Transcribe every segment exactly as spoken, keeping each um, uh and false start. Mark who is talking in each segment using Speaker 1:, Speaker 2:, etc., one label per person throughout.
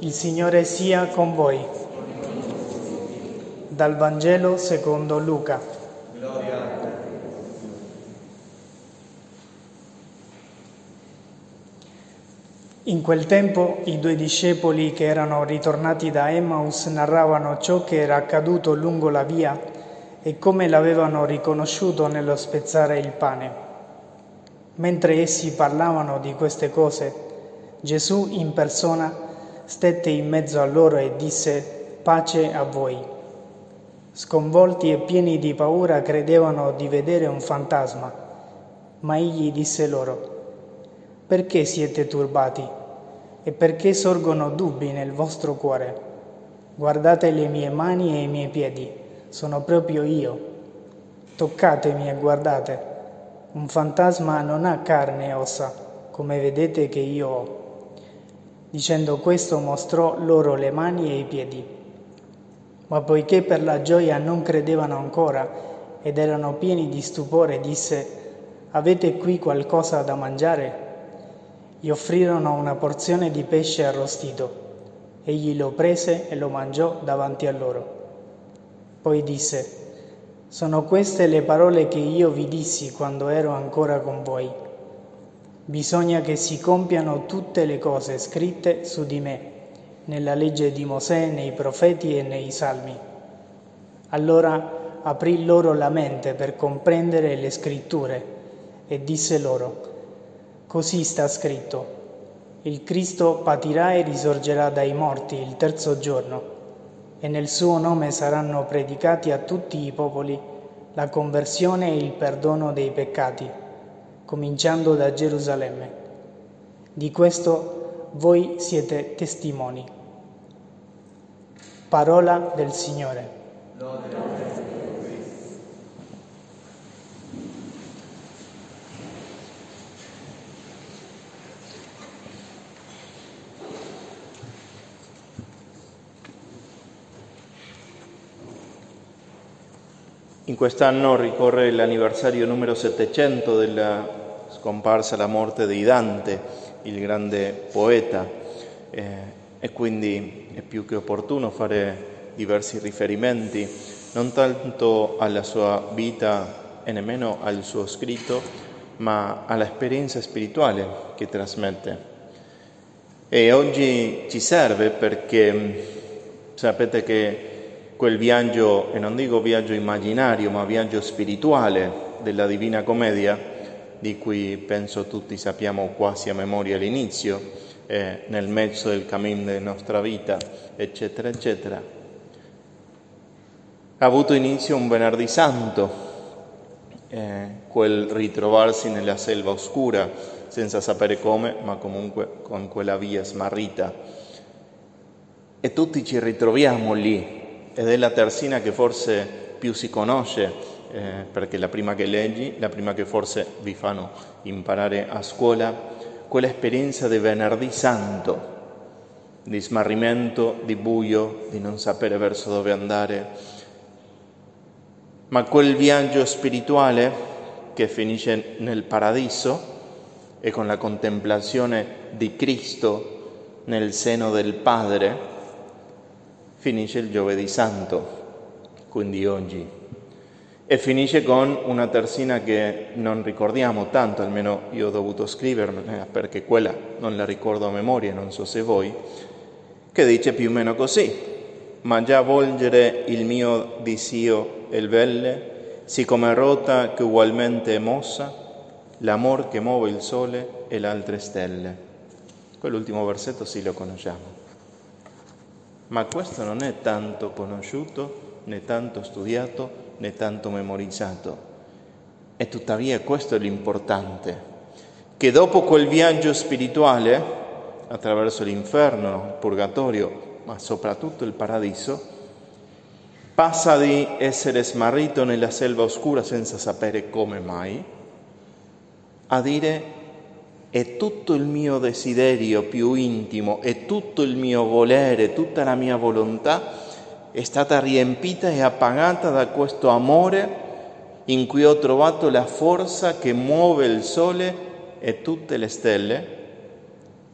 Speaker 1: Il Signore sia con voi. Dal Vangelo secondo Luca.
Speaker 2: Gloria a te.
Speaker 1: In quel tempo i due discepoli che erano ritornati da Emmaus narravano ciò che era accaduto lungo la via e come l'avevano riconosciuto nello spezzare il pane. Mentre essi parlavano di queste cose, Gesù in persona stette in mezzo a loro e disse: «Pace a voi». Sconvolti e pieni di paura credevano di vedere un fantasma, ma egli disse loro: «Perché siete turbati? E perché sorgono dubbi nel vostro cuore? Guardate le mie mani e i miei piedi, sono proprio io. Toccatemi e guardate. Un fantasma non ha carne e ossa, come vedete che io ho». Dicendo questo mostrò loro le mani e i piedi. Ma poiché per la gioia non credevano ancora ed erano pieni di stupore, disse: «Avete qui qualcosa da mangiare?» Gli offrirono una porzione di pesce arrostito. Egli lo prese e lo mangiò davanti a loro. Poi disse: «Sono queste le parole che io vi dissi quando ero ancora con voi. Bisogna che si compiano tutte le cose scritte su di me, nella legge di Mosè, nei profeti e nei salmi». Allora aprì loro la mente per comprendere le scritture e disse loro: «Così sta scritto: il Cristo patirà e risorgerà dai morti il terzo giorno, e nel suo nome saranno predicati a tutti i popoli la conversione e il perdono dei peccati, cominciando da Gerusalemme. Di questo voi siete testimoni». Parola del Signore.
Speaker 2: Lode a te, Cristo.
Speaker 3: In quest'anno ricorre l'anniversario numero settecento della scomparsa, la morte di Dante, il grande poeta, eh, e quindi è più che opportuno fare diversi riferimenti, non tanto alla sua vita e nemmeno al suo scritto, ma all'esperienza spirituale che trasmette. E oggi ci serve perché sapete che quel viaggio, e non dico viaggio immaginario, ma viaggio spirituale della Divina Commedia, di cui penso tutti sappiamo quasi a memoria all'inizio, eh, nel mezzo del cammino della nostra vita, eccetera, eccetera, ha avuto inizio un venerdì santo, eh, quel ritrovarsi nella selva oscura, senza sapere come, ma comunque con quella via smarrita. E tutti ci ritroviamo lì. Ed è la terzina che forse più si conosce, eh, perché la prima che leggi, la prima che forse vi fanno imparare a scuola, quell'esperienza di venerdì santo, di smarrimento, di buio, di non sapere verso dove andare, ma quel viaggio spirituale che finisce nel paradiso e con la contemplazione di Cristo nel seno del Padre, finisce il giovedì santo, quindi oggi, e finisce con una terzina che non ricordiamo tanto, almeno io ho dovuto scrivermela perché quella non la ricordo a memoria, non so se voi, che dice più o meno così: «Ma già volgere il mio disio e il velle, sì come rota che ugualmente è mossa, l'amor che muove il sole e le altre stelle». Quell'ultimo versetto sì lo conosciamo. Ma questo non è tanto conosciuto, né tanto studiato, né tanto memorizzato. E tuttavia questo è l'importante, che dopo quel viaggio spirituale, attraverso l'inferno, il purgatorio, ma soprattutto il paradiso, passa di essere smarrito nella selva oscura senza sapere come mai, a dire: e tutto il mio desiderio più intimo e tutto il mio volere, tutta la mia volontà è stata riempita e appagata da questo amore in cui ho trovato la forza che muove il sole e tutte le stelle,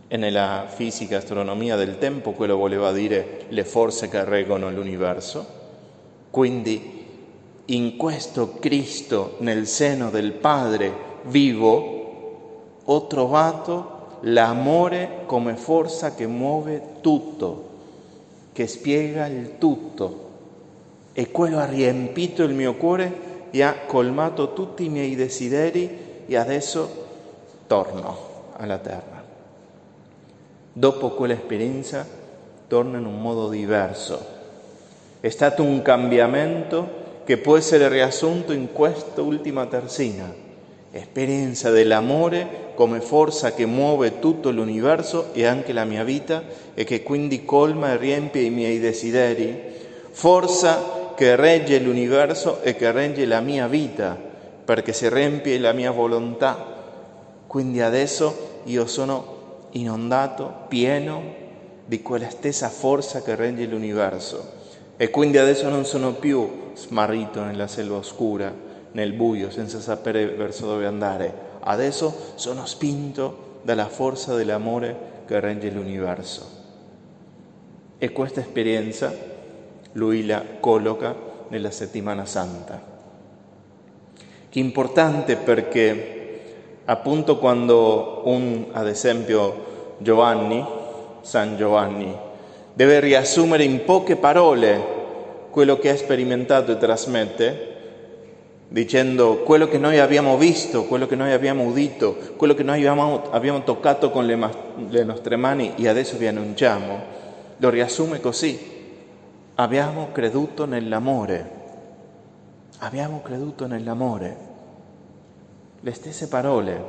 Speaker 3: E nella fisica e astronomia del tempo quello voleva dire le forze che reggono l'universo. Quindi in questo Cristo, nel seno del Padre vivo, ho trovato l'amore come forza che muove tutto, che spiega il tutto. E quello ha riempito il mio cuore e ha colmato tutti i miei desideri e adesso torno alla terra. Dopo quell'esperienza torno in un modo diverso. È stato un cambiamento che può essere riassunto in questa ultima terzina. Esperienza dell'amore come forza che muove tutto l'universo e anche la mia vita e che quindi colma e riempie i miei desideri. Forza che regge l'universo e che regge la mia vita, perché si riempie la mia volontà. Quindi adesso io sono inondato, pieno di quella stessa forza che regge l'universo. E quindi adesso non sono più smarrito nella selva oscura, nel buio, senza sapere verso dove andare. Adesso sono spinto dalla forza dell'amore che regge l'universo. E questa esperienza lui la colloca nella Settimana Santa. Che è importante perché appunto quando un, ad esempio, Giovanni, San Giovanni, deve riassumere in poche parole quello che ha sperimentato e trasmette, dicendo quello che noi abbiamo visto, quello che noi abbiamo udito, quello che noi abbiamo, abbiamo toccato con le, ma- le nostre mani e adesso vi annunciamo, lo riassume così: abbiamo creduto nell'amore, abbiamo creduto nell'amore. Le stesse parole.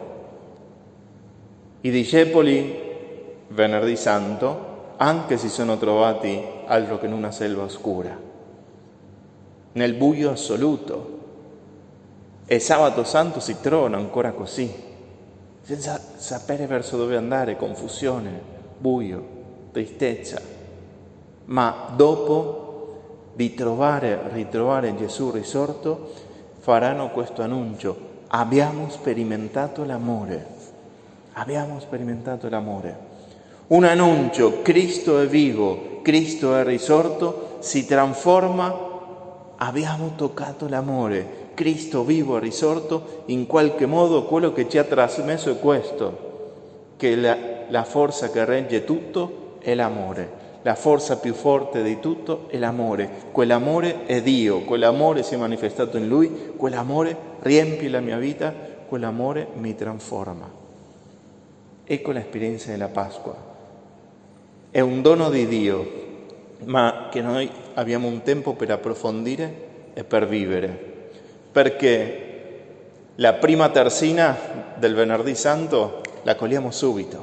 Speaker 3: I discepoli venerdì santo anche si sono trovati altro che in una selva oscura, nel buio assoluto. E sabato santo si trovano ancora così, senza sapere verso dove andare, confusione, buio, tristezza. Ma dopo di trovare, ritrovare Gesù risorto, faranno questo annuncio: abbiamo sperimentato l'amore, abbiamo sperimentato l'amore. Un annuncio: Cristo è vivo, Cristo è risorto, si trasforma, abbiamo toccato l'amore. Cristo vivo e risorto, in qualche modo quello che ci ha trasmesso è questo, che la, la forza che regge tutto è l'amore. La forza più forte di tutto è l'amore. Quell'amore è Dio, quell'amore si è manifestato in Lui, quell'amore riempie la mia vita, quell'amore mi trasforma. Ecco l'esperienza della Pasqua. È un dono di Dio, ma che noi abbiamo un tempo per approfondire e per vivere. Perché la prima terzina del venerdì santo la cogliamo subito.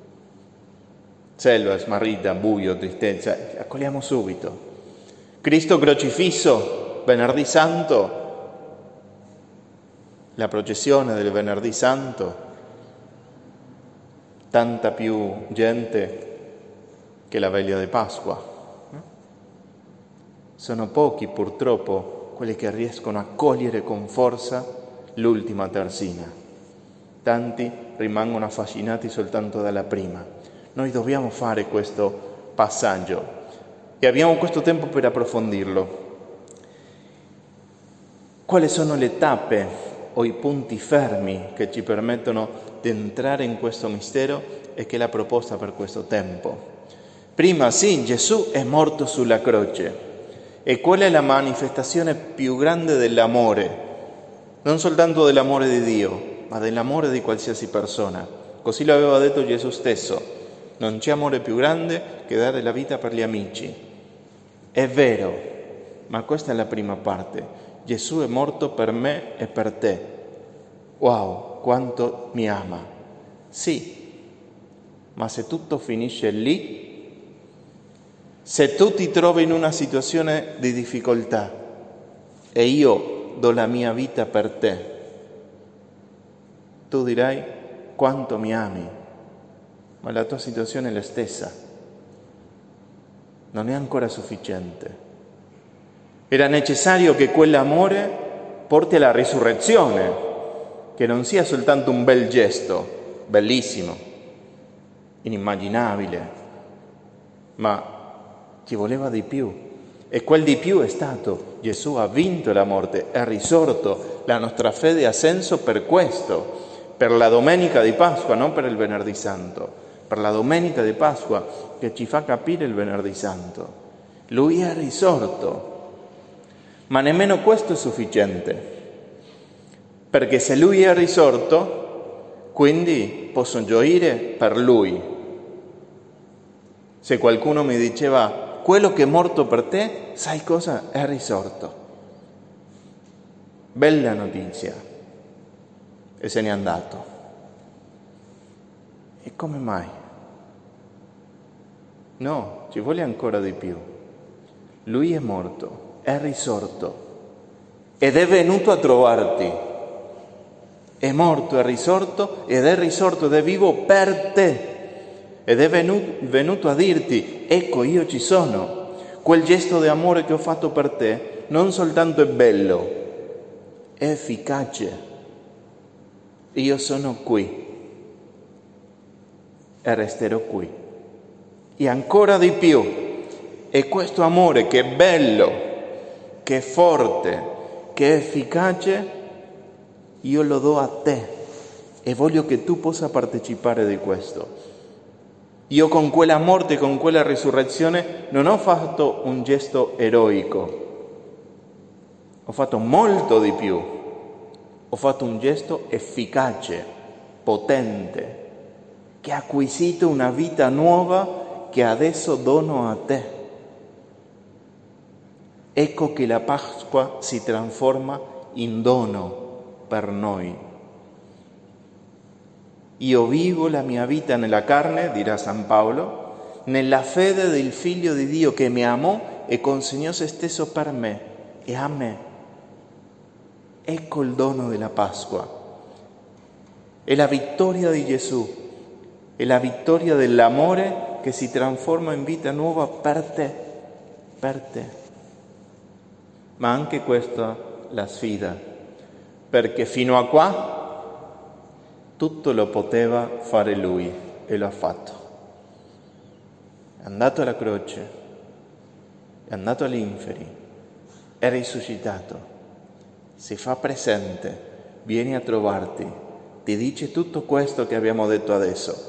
Speaker 3: Selva, smarrita, buio, tristezza, la cogliamo subito. Cristo crocifisso, venerdì santo, la processione del venerdì santo, tanta più gente che la veglia di Pasqua. Sono pochi purtroppo quelli che riescono a cogliere con forza l'ultima terzina. Tanti rimangono affascinati soltanto dalla prima. Noi dobbiamo fare questo passaggio e abbiamo questo tempo per approfondirlo. Quali sono le tappe o i punti fermi che ci permettono di entrare in questo mistero e che è la proposta per questo tempo? Prima, sì, Gesù è morto sulla croce. E quella è la manifestazione più grande dell'amore, non soltanto dell'amore di Dio, ma dell'amore di qualsiasi persona. Così lo aveva detto Gesù stesso: non c'è amore più grande che dare la vita per gli amici. È vero, ma questa è la prima parte. Gesù è morto per me e per te. Wow, quanto mi ama. Sì, ma se tutto finisce lì, se tu ti trovi in una situazione di difficoltà e io do la mia vita per te, tu dirai quanto mi ami, ma la tua situazione è la stessa. Non è ancora sufficiente. Era necessario che quell'amore porti alla risurrezione, che non sia soltanto un bel gesto, bellissimo, inimmaginabile, ma ci voleva di più. E quel di più è stato: Gesù ha vinto la morte, è risorto. La nostra fede ha senso per questo, per la domenica di Pasqua, non per il venerdì santo, per la domenica di Pasqua che ci fa capire il venerdì santo. Lui è risorto, ma nemmeno questo è sufficiente, perché se Lui è risorto, quindi posso gioire per Lui. Se qualcuno mi diceva: quello che è morto per te, sai cosa? È risorto. Bella notizia. E se n'è andato. E come mai? No, ci vuole ancora di più. Lui è morto, è risorto ed è venuto a trovarti. È morto, è risorto ed è risorto ed è vivo per te. Ed è venuto, venuto a dirti: ecco, io ci sono. Quel gesto di amore che ho fatto per te non soltanto è bello, è efficace. Io sono qui e resterò qui. E ancora di più, e questo amore che è bello, che è forte, che è efficace, io lo do a te e voglio che tu possa partecipare di questo. Io con quella morte, con quella risurrezione, non ho fatto un gesto eroico, ho fatto molto di più, ho fatto un gesto efficace, potente, che ha acquisito una vita nuova che adesso dono a te. Ecco che la Pasqua si trasforma in dono per noi. Io vivo la mia vita nella carne, dirà San Paolo, nella fede del Figlio di Dio che mi amò e consegnò se stesso per me e a me. Ecco il dono della Pasqua. È la vittoria di Gesù, è la vittoria dell'amore che si trasforma in vita nuova per te, per te. Ma anche questa è la sfida, perché fino a qua tutto lo poteva fare Lui e lo ha fatto. È andato alla croce, è andato all'inferi, è risuscitato, si fa presente, vieni a trovarti, ti dice tutto questo che abbiamo detto adesso.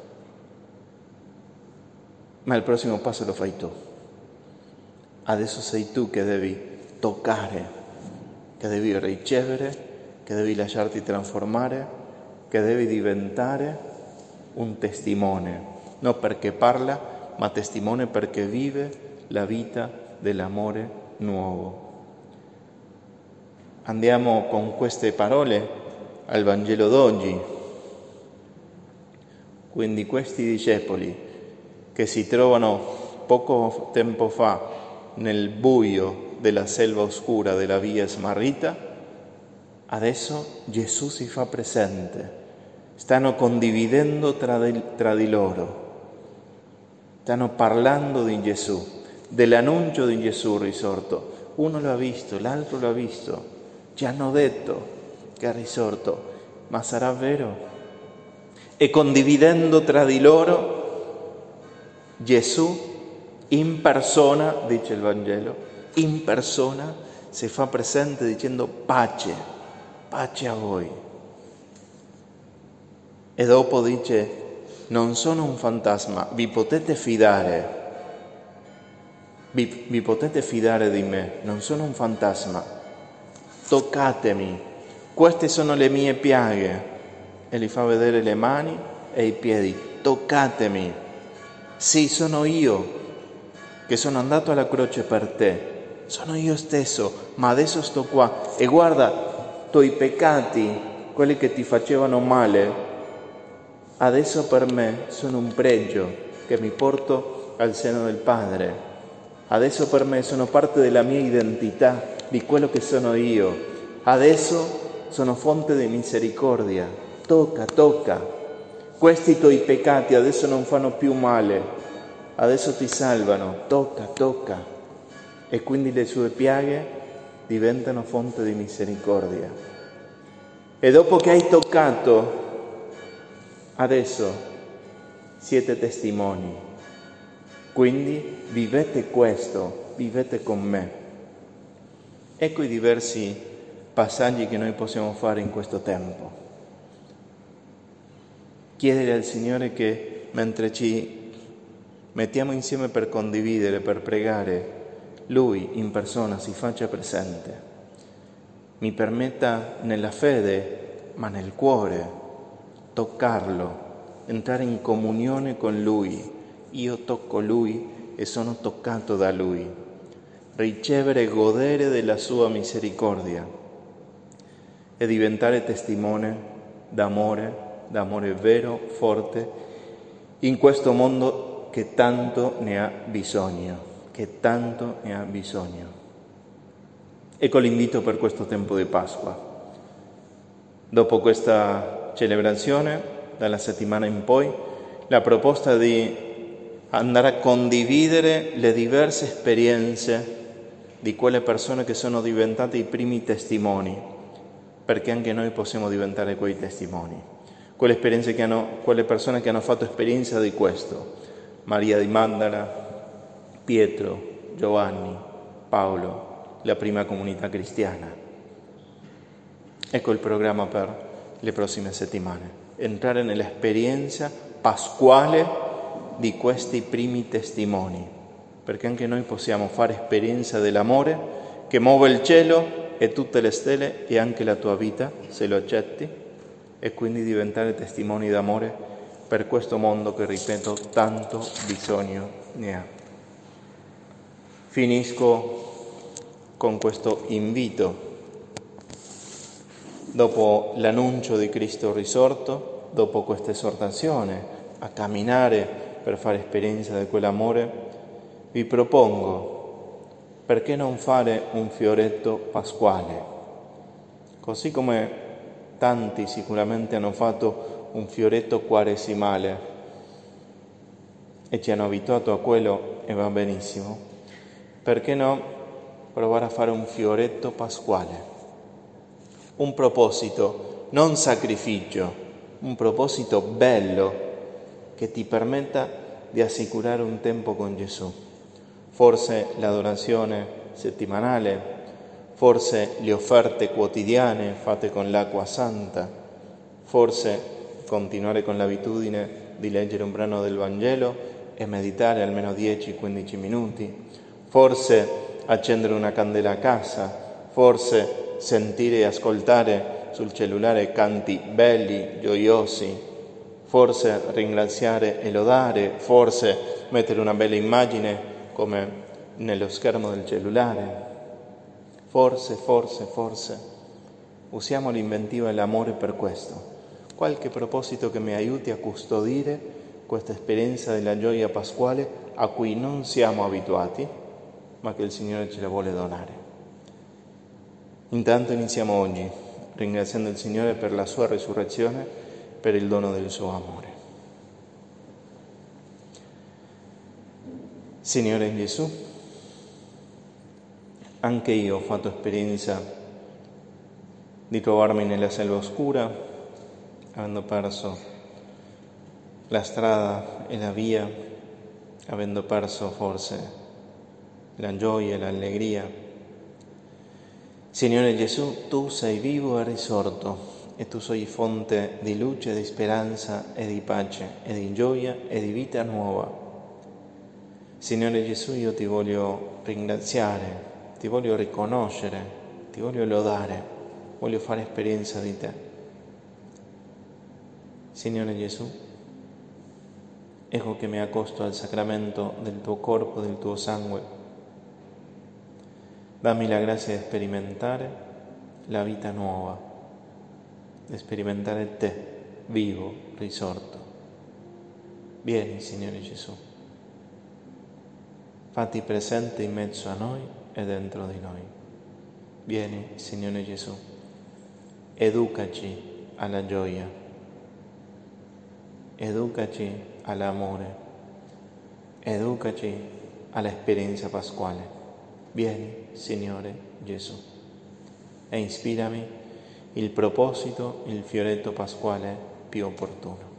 Speaker 3: Ma il prossimo passo lo fai tu. Adesso sei tu che devi toccare, che devi ricevere, che devi lasciarti trasformare, che devi diventare un testimone, non perché parla, ma testimone perché vive la vita dell'amore nuovo. Andiamo con queste parole al Vangelo d'oggi. Quindi questi discepoli che si trovano poco tempo fa nel buio della selva oscura della via smarrita, adesso Gesù si fa presente. Stanno condividendo tra di, tra di loro, stanno parlando di Gesù, dell'annuncio di Gesù risorto. Uno lo ha visto, l'altro lo ha visto, ci hanno detto che è risorto, ma sarà vero? E condividendo tra di loro, Gesù in persona, dice il Vangelo, in persona si fa presente dicendo pace, pace a voi. E dopo dice: non sono un fantasma, vi potete fidare, vi, vi potete fidare di me, non sono un fantasma, toccatemi, queste sono le mie piaghe. E gli fa vedere le mani e i piedi, toccatemi, sì, sono io che sono andato alla croce per te, sono io stesso, ma adesso sto qua e guarda, tuoi peccati, quelli che ti facevano male, adesso per me sono un pregio che mi porto al seno del Padre. Adesso per me sono parte della mia identità, di quello che sono io. Adesso sono fonte di misericordia. Tocca, tocca. Questi tuoi peccati adesso non fanno più male, adesso ti salvano. Tocca, tocca. E quindi le sue piaghe diventano fonte di misericordia. E dopo che hai toccato, adesso siete testimoni. Quindi vivete questo, vivete con me. Ecco i diversi passaggi che noi possiamo fare in questo tempo. Chiedere al Signore che mentre ci mettiamo insieme per condividere, per pregare, Lui in persona si faccia presente, mi permetta nella fede, ma nel cuore, toccarlo, entrare in comunione con Lui. Io tocco Lui e sono toccato da Lui. Ricevere e godere della Sua misericordia e diventare testimone d'amore, d'amore vero, forte, in questo mondo che tanto ne ha bisogno. che tanto ne ha bisogno. Ecco l'invito per questo tempo di Pasqua. Dopo questa celebrazione, dalla settimana in poi, la proposta di andare a condividere le diverse esperienze di quelle persone che sono diventate i primi testimoni, perché anche noi possiamo diventare quei testimoni. Quelle esperienze che hanno, quelle persone che hanno fatto esperienza di questo. Maria di Magdala, Pietro, Giovanni, Paolo, la prima comunità cristiana. Ecco il programma per le prossime settimane. Entrare nell'esperienza pasquale di questi primi testimoni, perché anche noi possiamo fare esperienza dell'amore che muove il cielo e tutte le stelle e anche la tua vita, se lo accetti, e quindi diventare testimoni d'amore per questo mondo che, ripeto, tanto bisogno ne ha. Finisco con questo invito. Dopo l'annuncio di Cristo risorto, dopo questa esortazione a camminare per fare esperienza di quell'amore, vi propongo, perché non fare un fioretto pasquale? Così come tanti sicuramente hanno fatto un fioretto quaresimale e ci hanno abituato a quello e va benissimo. Perché no provare a fare un fioretto pasquale? Un proposito, non sacrificio, un proposito bello che ti permetta di assicurare un tempo con Gesù. Forse l'adorazione settimanale, forse le offerte quotidiane fatte con l'acqua santa, forse continuare con l'abitudine di leggere un brano del Vangelo e meditare almeno dieci quindici minuti, forse accendere una candela a casa, forse sentire e ascoltare sul cellulare canti belli, gioiosi, forse ringraziare e lodare, forse mettere una bella immagine come nello schermo del cellulare. Forse, forse, forse usiamo l'inventiva e l'amore per questo. Qualche proposito che mi aiuti a custodire questa esperienza della gioia pasquale a cui non siamo abituati, ma che il Signore ce la vuole donare. Intanto iniziamo oggi, ringraziando il Signore per la sua resurrezione, per il dono del suo amore. Signore Gesù, anche io ho fatto esperienza di trovarmi nella selva oscura, avendo perso la strada e la via, avendo perso forse la gioia e l'allegria. Signore Gesù, tu sei vivo e risorto e tu sei fonte di luce, di speranza e di pace e di gioia e di vita nuova. Signore Gesù, io ti voglio ringraziare, ti voglio riconoscere, ti voglio lodare, voglio fare esperienza di te. Signore Gesù, ecco che mi accosto al sacramento del tuo corpo, del tuo sangue. Dammi la grazia di sperimentare la vita nuova, di sperimentare te, vivo, risorto. Vieni, Signore Gesù. Fatti presente in mezzo a noi e dentro di noi. Vieni, Signore Gesù. Educaci alla gioia. Educaci all'amore. Educaci all'esperienza pasquale. Vieni, Signore Gesù, e ispirami il proposito, il fioretto pasquale più opportuno.